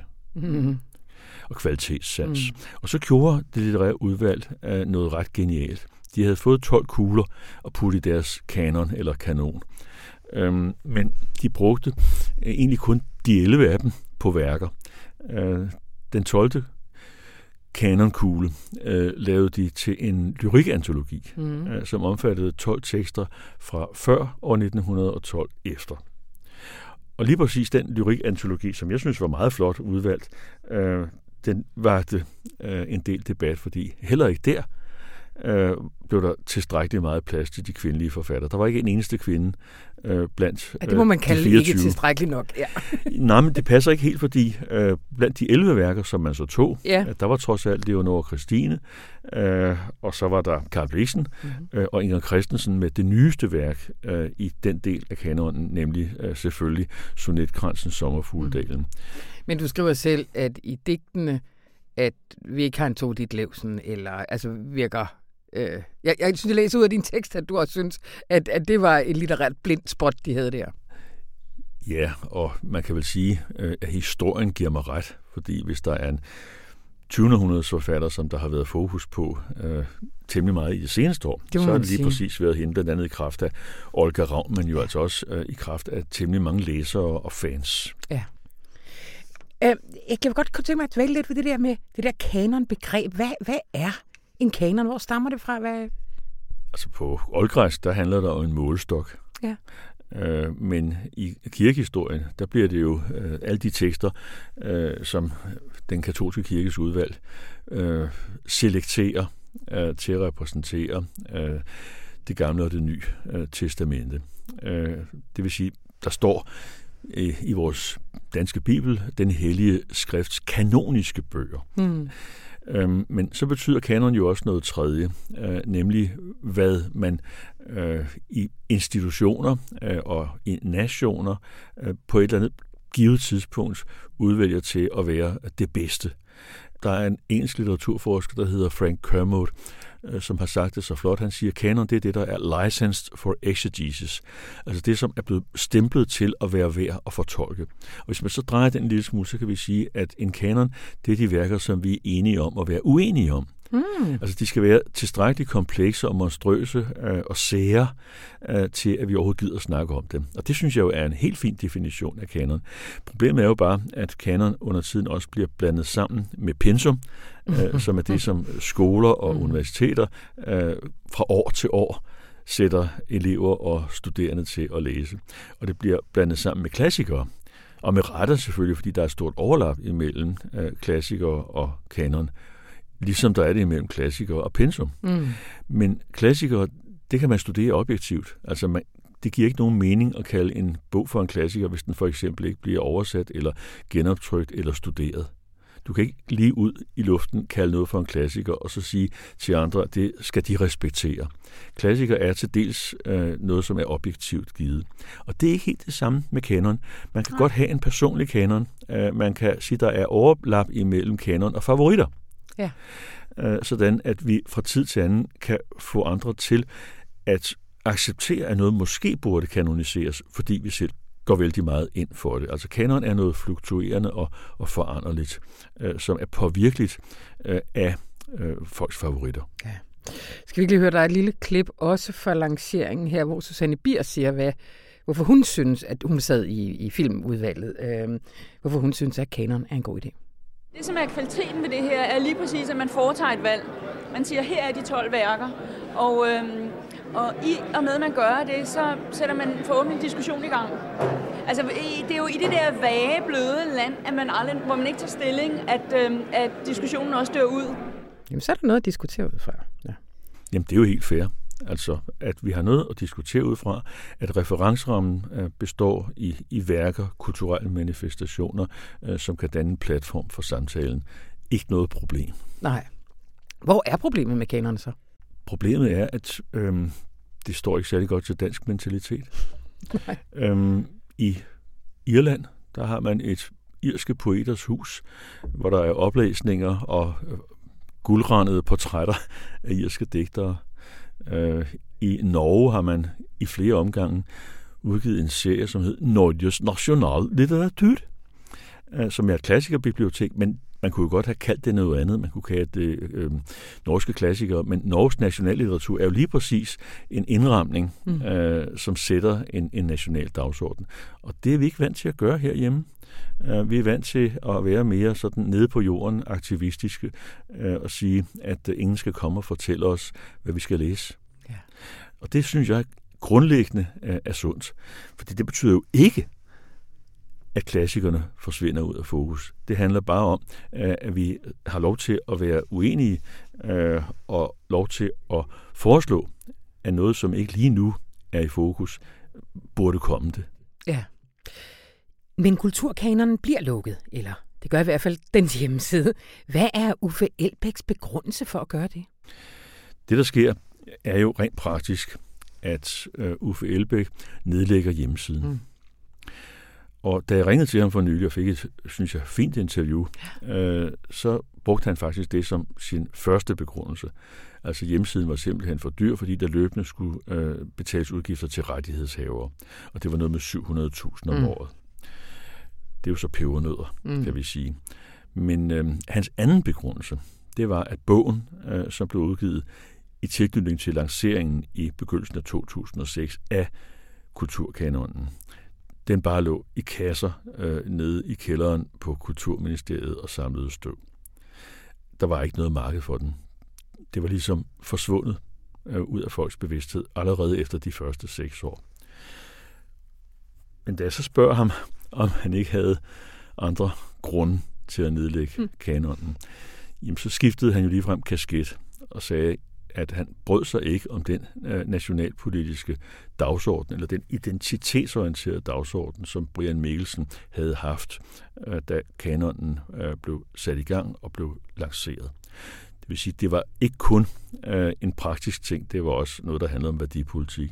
og kvalitetssans. Og så gjorde det litterære udvalg noget ret genialt. De havde fået 12 kugler og puttet i deres kanon eller kanon. Men de brugte egentlig kun de 11 af dem på værker. Den 12. kanonkugle lavede de til en lyrikantologi, som omfattede 12 tekster fra før år 1912 efter. Og lige præcis den lyrikantologi, som jeg synes var meget flot udvalgt, den vakte en del debat, fordi heller ikke der blev der tilstrækkeligt meget plads til de kvindelige forfattere. Der var ikke en eneste kvinde blandt det må man kalde de 24. Ikke tilstrækkeligt nok. Ja. Nej, men det passer ikke helt, fordi blandt de 11 værker, som man så tog, der var trods alt Leonora Christine, og så var der Carl Blixen og Inger Christensen med det nyeste værk i den del af kanonen, nemlig selvfølgelig Sonetkransens Sommerfugledalen. Men du skriver selv, at i digtene, at vi ikke har en Tove Ditlevsen, eller altså virker... Jeg synes, jeg læser ud af din tekst, at du også synes, at det var et litterært blindt spot, de havde der. Ja, og man kan vel sige, at historien giver mig ret, fordi hvis der er en 20. århundredes forfatter, som der har været fokus på temmelig meget i det seneste år, så har det lige præcis været hende, blandt andet i kraft af Olga Ravn, men jo altså også i kraft af temmelig mange læsere og fans. Ja. Jeg kan godt tænke mig at dvæle lidt ved det der med det der kanonbegreb. Hvad er en kanon? Hvor stammer det fra? Altså på oldgræsk, der handler der om en målestok. Ja. Men i kirkehistorien, der bliver det jo alle de tekster, som den katolske kirkes udvalg selekterer til at repræsentere det gamle og det nye testamente. Det vil sige, der står i vores danske bibel, den hellige skrifts kanoniske bøger. Men så betyder kanon jo også noget tredje, nemlig hvad man i institutioner og i nationer på et eller andet givet tidspunkt udvælger til at være det bedste. Der er en engelsk litteraturforsker, der hedder Frank Kermode, som har sagt det så flot. Han siger, at kanon det er det, der er licensed for exegesis. Altså det, som er blevet stemplet til at være værd at fortolke. Og hvis man så drejer den lille smule, så kan vi sige, at en kanon, det er de værker, som vi er enige om at være uenige om. Altså de skal være tilstrækkeligt komplekse og monstrøse og sære til, at vi overhovedet gider at snakke om dem. Og det synes jeg jo er en helt fin definition af kanon. Problemet er jo bare, at kanon under tiden også bliver blandet sammen med pensum, som er det, som skoler og universiteter fra år til år sætter elever og studerende til at læse. Og det bliver blandet sammen med klassikere. Og med rette selvfølgelig, fordi der er et stort overlap imellem klassikere og kanon. Ligesom der er det imellem klassikere og pensum. Men klassikere, det kan man studere objektivt. Altså det giver ikke nogen mening at kalde en bog for en klassiker, hvis den for eksempel ikke bliver oversat eller genoptrykt eller studeret. Du kan ikke lige ud i luften kalde noget for en klassiker og så sige til andre, at det skal de respektere. Klassikere er til dels noget, som er objektivt givet. Og det er ikke helt det samme med kanon. Man kan godt have en personlig kanon. Man kan sige, at der er overlap imellem kanon og favoritter. Ja. Sådan at vi fra tid til anden kan få andre til at acceptere, at noget måske burde kanoniseres, fordi vi selv går vældig meget ind for det. Altså kanon er noget fluktuerende og foranderligt, som er påvirkeligt af folks favoritter. Ja. Skal vi ikke lige høre, der er et lille klip også fra lanceringen her, hvor Susanne Bier siger, hvorfor hun synes, at hun sad i filmudvalget, hvorfor hun synes, at kanon er en god idé. Det, som er kvaliteten ved det her, er lige præcis, at man foretager et valg. Man siger, her er de 12 værker, og i og med, at man gør det, så sætter man forhåbentlig en diskussion i gang. Altså, det er jo i det der vage, bløde land, at man aldrig, hvor man ikke tager stilling, at diskussionen også dør ud. Jamen, så er der noget at diskutere ud fra. Ja. Jamen, det er jo helt fair. Altså, at vi har noget at diskutere ud fra, at referencerammen består i værker, kulturelle manifestationer, som kan danne en platform for samtalen. Ikke noget problem. Nej. Hvor er problemet med kanonerne så? Problemet er, at det står ikke særlig godt til dansk mentalitet. I Irland, der har man et irske poeters hus, hvor der er oplæsninger og guldrandede portrætter af irske digtere. I Norge har man i flere omgange udgivet en serie, som hedder Norges Nationallitteratur, som er et klassikerbibliotek, men man kunne jo godt have kaldt det noget andet. Man kunne kalde det norske klassikere, men Norges nationallitteratur er jo lige præcis en indramning, som sætter en national dagsorden. Og det er vi ikke vant til at gøre herhjemme. Vi er vant til at være mere sådan nede på jorden, aktivistiske, og sige, at ingen skal komme og fortælle os, hvad vi skal læse. Ja. Og det synes jeg grundlæggende er sundt. Fordi det betyder jo ikke, at klassikerne forsvinder ud af fokus. Det handler bare om, at vi har lov til at være uenige og lov til at foreslå, at noget, som ikke lige nu er i fokus, burde komme det. Ja. Men kulturkanonen bliver lukket, eller det gør i hvert fald dens hjemmeside. Hvad er Uffe Elbæks begrundelse for at gøre det? Det, der sker, er jo rent praktisk, at Uffe Elbæk nedlægger hjemmesiden. Og da jeg ringede til ham for nylig og fik et, synes jeg, fint interview, så brugte han faktisk det som sin første begrundelse. Altså hjemmesiden var simpelthen for dyr, fordi der løbende skulle betales udgifter til rettighedshavere. Og det var noget med 700.000 om året. Det er jo så pebernødder, kan vi sige. Men hans anden begrundelse, det var, at bogen, som blev udgivet i tilknytning til lanceringen i begyndelsen af 2006 af Kulturkanonen, den bare lå i kasser nede i kælderen på Kulturministeriet og samlede støv. Der var ikke noget marked for den. Det var ligesom forsvundet ud af folks bevidsthed allerede efter de første 6 år. Men da jeg så spørger ham, om han ikke havde andre grunde til at nedlægge kanonen, jamen så skiftede han jo ligefrem kasket og sagde, at han brød sig ikke om den nationalpolitiske dagsorden, eller den identitetsorienterede dagsorden, som Brian Mikkelsen havde haft, da kanonen blev sat i gang og blev lanceret. Det vil sige, det var ikke kun en praktisk ting, det var også noget, der handlede om værdipolitik.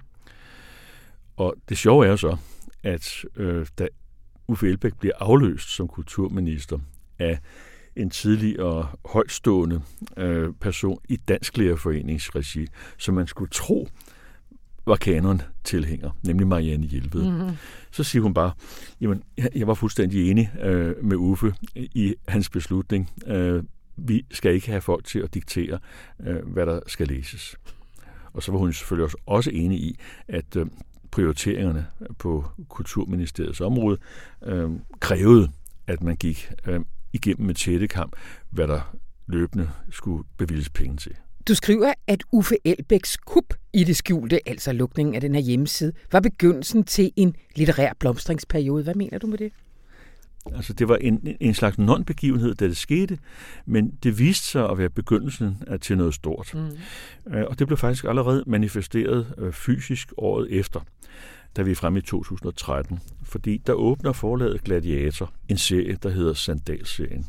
Og det sjove er jo så, at da Uffe Elbæk bliver afløst som kulturminister af en tidligere højtstående person i Dansk Lærerforeningsregi, som man skulle tro var kanon-tilhænger, nemlig Marianne Jelved. Så siger hun bare, jamen, jeg var fuldstændig enig med Uffe i hans beslutning. Vi skal ikke have folk til at diktere, hvad der skal læses. Og så var hun selvfølgelig også enig i, at prioriteringerne på Kulturministeriets område krævede, at man gik igennem med tættekamp, hvad der løbende skulle bevilges penge til. Du skriver, at Uffe Elbæks kup i det skjulte, altså lukningen af den her hjemmeside, var begyndelsen til en litterær blomstringsperiode. Hvad mener du med det? Altså, det var en slags non-begivenhed, da det skete, men det viste sig at være begyndelsen til noget stort. Og det blev faktisk allerede manifesteret fysisk året efter, da vi er fremme i 2013. Fordi der åbner forlaget Gladiator en serie, der hedder Sandalserien,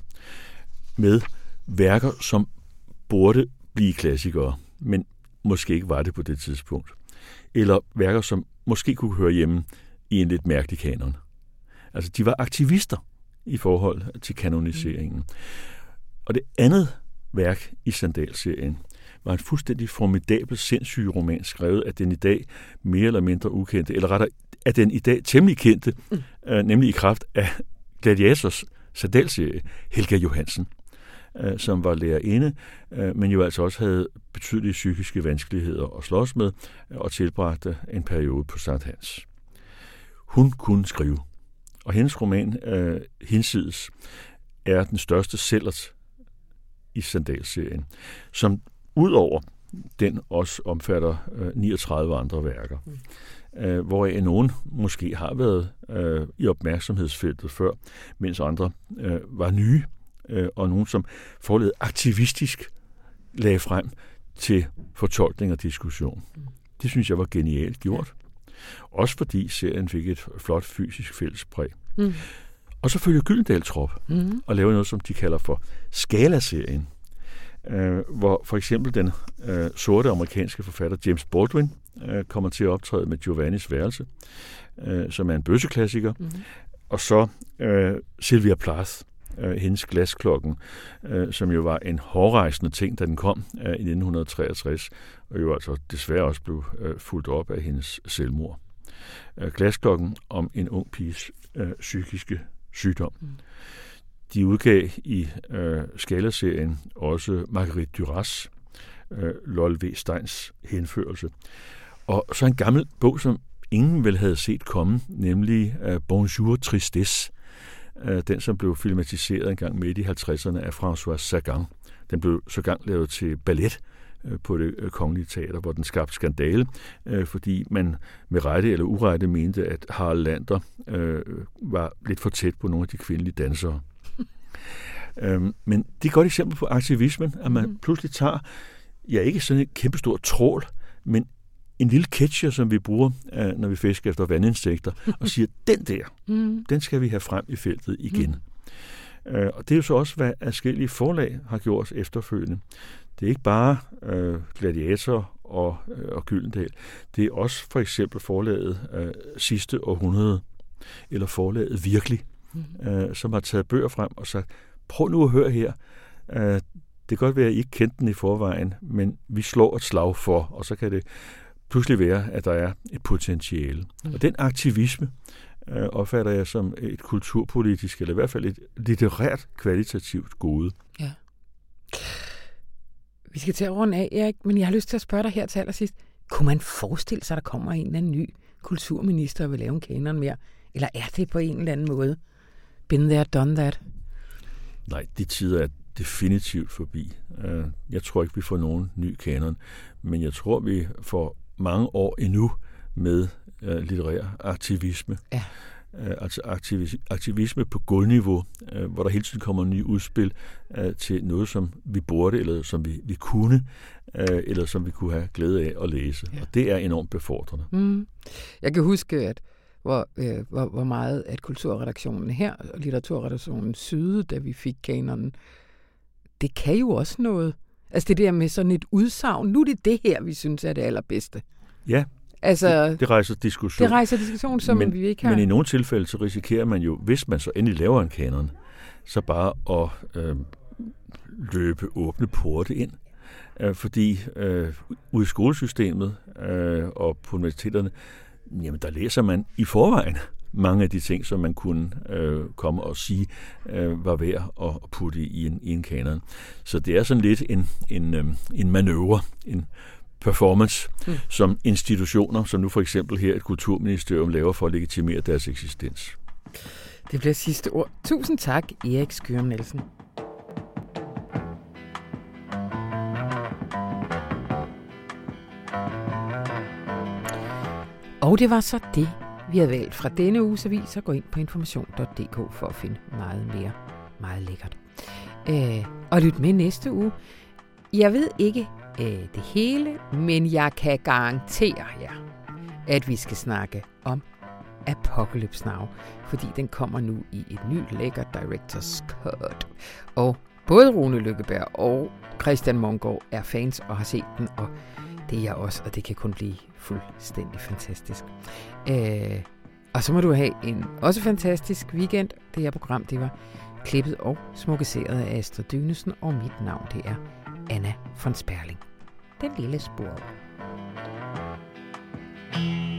med værker, som burde blive klassikere, men måske ikke var det på det tidspunkt. Eller værker, som måske kunne høre hjemme i en lidt mærkelig kanon. Altså, de var aktivister i forhold til kanoniseringen. Og det andet værk i Sandalserien var en fuldstændig formidabel sindssyg roman, skrevet af den i dag mere eller mindre ukendte, eller rettere af den i dag temmelig kendte, nemlig i kraft af Gladiators Sandalserie, Helga Johansen, som var lærerinde, men jo altså også havde betydelige psykiske vanskeligheder at slås med, og tilbragte en periode på Sankt Hans. Hun kunne skrive. Og hendes roman, Hinsides, er den største sælgert i Sandalserien, som udover den også omfatter 39 andre værker, hvoraf nogen måske har været i opmærksomhedsfeltet før, mens andre var nye, og nogen, som forledet aktivistisk lagde frem til fortolkning og diskussion. Det synes jeg var genialt gjort. Også fordi serien fik et flot fysisk fællespræg. Og så følger Gyldendal trop og laver noget, som de kalder for Skala-serien, hvor for eksempel den sorte amerikanske forfatter James Baldwin kommer til at optræde med Giovannis værelse, som er en bøsseklassiker, og så Sylvia Plath, hendes Glasklokken, som jo var en hårrejsende ting, da den kom i 1963, og jo altså desværre også blev fulgt op af hendes selvmord. Glasklokken om en ung piges psykiske sygdom. De udgav i Skala-serien også Marguerite Duras, Lol V. Steins henførelse. Og så en gammel bog, som ingen vel havde set komme, nemlig Bonjour Tristesse, den som blev filmatiseret en gang midt i 50'erne af François Sagan. Den blev så gang lavet til ballet på Det Kongelige Teater, hvor den skabte skandale, fordi man med rette eller urette mente, at Harald Lander var lidt for tæt på nogle af de kvindelige dansere. Men det er et godt eksempel på aktivismen, at man pludselig tager, ikke sådan et kæmpestort trål, men en lille catcher, som vi bruger, når vi fisker efter vandinsekter, og siger, den der, den skal vi have frem i feltet igen. Og det er jo så også, hvad adskillige forlag har gjort efterfølgende. Det er ikke bare Gladiator og Gyldendal. Det er også for eksempel forlaget Sidste Århundrede, eller forlaget Virkelig, som har taget bøger frem og sagt, prøv nu at høre her. Det kan godt være, at I ikke kendte den i forvejen, men vi slår et slag for, og så kan det pludselig være, at der er et potentiale. Og den aktivisme opfatter jeg som et kulturpolitisk, eller i hvert fald et litterært kvalitativt gode. Ja. Vi skal til at runde af, Erik, men jeg har lyst til at spørge dig her til allersidst. Kunne man forestille sig, at der kommer en eller anden ny kulturminister og vil lave en kanon mere? Eller er det på en eller anden måde? Been there, done that? Nej, de tider er definitivt forbi. Jeg tror ikke, vi får nogen ny kanon, men jeg tror, vi får mange år endnu med litterær aktivisme. Ja. Altså aktivisme på gulvniveau, hvor der hele tiden kommer nye udspil til noget, som vi burde, eller som vi kunne, eller som vi kunne have glæde af at læse. Ja. Og det er enormt befordrende. Jeg kan huske, at hvor meget at kulturredaktionen her, og litteraturredaktionen syede, da vi fik kanonen. Det kan jo også noget. Altså det der med sådan et udsagn. Nu er det her, vi synes er det allerbedste. Ja, altså, det rejser diskussion. Det rejser diskussion, som vi ikke har. Men i nogle tilfælde, så risikerer man jo, hvis man så endelig laver en kanon, så bare at løbe åbne porte ind. Fordi ude i skolesystemet og på universiteterne, jamen der læser man i forvejen mange af de ting, som man kunne komme og sige var værd at putte i en kanon. Så det er sådan lidt en manøvre, en performance, som institutioner, som nu for eksempel her et kulturministerium laver for at legitimere deres eksistens. Det bliver sidste ord. Tusind tak, Erik Skyum Nielsen. Og det var så det, vi havde valgt fra denne uges avis, så gå ind på information.dk for at finde meget mere, meget lækkert. Og lyt med næste uge. Jeg ved ikke det hele, men jeg kan garantere jer, at vi skal snakke om Apocalypse Now, fordi den kommer nu i et nyt lækker Director's Cut. Og både Rune Lykkeberg og Christian Mongård er fans og har set den, og det er jeg også, og det kan kun blive fuldstændig fantastisk. Og så må du have en også fantastisk weekend. Det her program, det var klippet og smukkeseret af Astrid Dynesen, og mit navn, det er Anna von Sperling. Den lille spor.